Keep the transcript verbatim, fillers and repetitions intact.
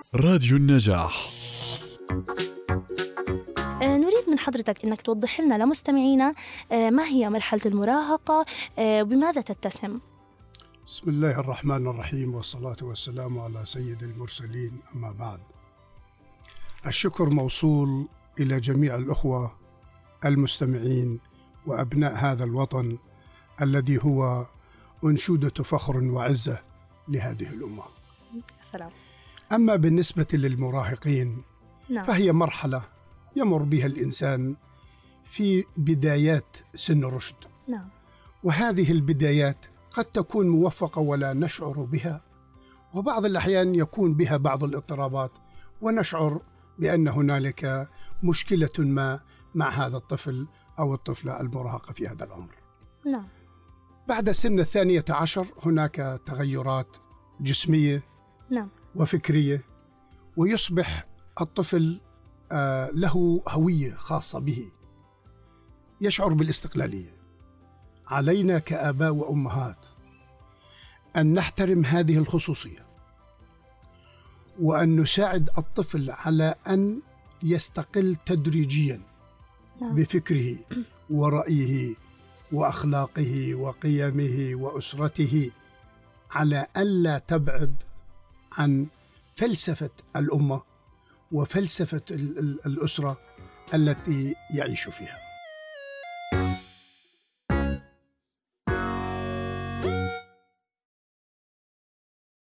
راديو النجاح. نريد من حضرتك أنك توضح لنا لمستمعينا ما هي مرحلة المراهقة وبماذا تتسم؟ بسم الله الرحمن الرحيم، والصلاة والسلام على سيد المرسلين، أما بعد. الشكر موصول إلى جميع الأخوة المستمعين وأبناء هذا الوطن الذي هو أنشودة فخر وعزة لهذه الأمة. سلام. أما بالنسبة للمراهقين نعم. فهي مرحلة يمر بها الإنسان في بدايات سن الرشد. نعم. وهذه البدايات قد تكون موفقة ولا نشعر بها، وبعض الأحيان يكون بها بعض الاضطرابات ونشعر بأن هنالك مشكلة ما مع هذا الطفل أو الطفلة المراهقة في هذا العمر. نعم. بعد سن الثانية عشر هناك تغيرات جسمية نعم. وفكرية، ويصبح الطفل آه له هوية خاصة به، يشعر بالاستقلالية. علينا كآباء وأمهات أن نحترم هذه الخصوصية، وأن نساعد الطفل على أن يستقل تدريجيا نعم. بفكره ورأيه وأخلاقه وقيمه وأسرته، على ألا تبعد عن فلسفة الأمة وفلسفة الأسرة التي يعيش فيها.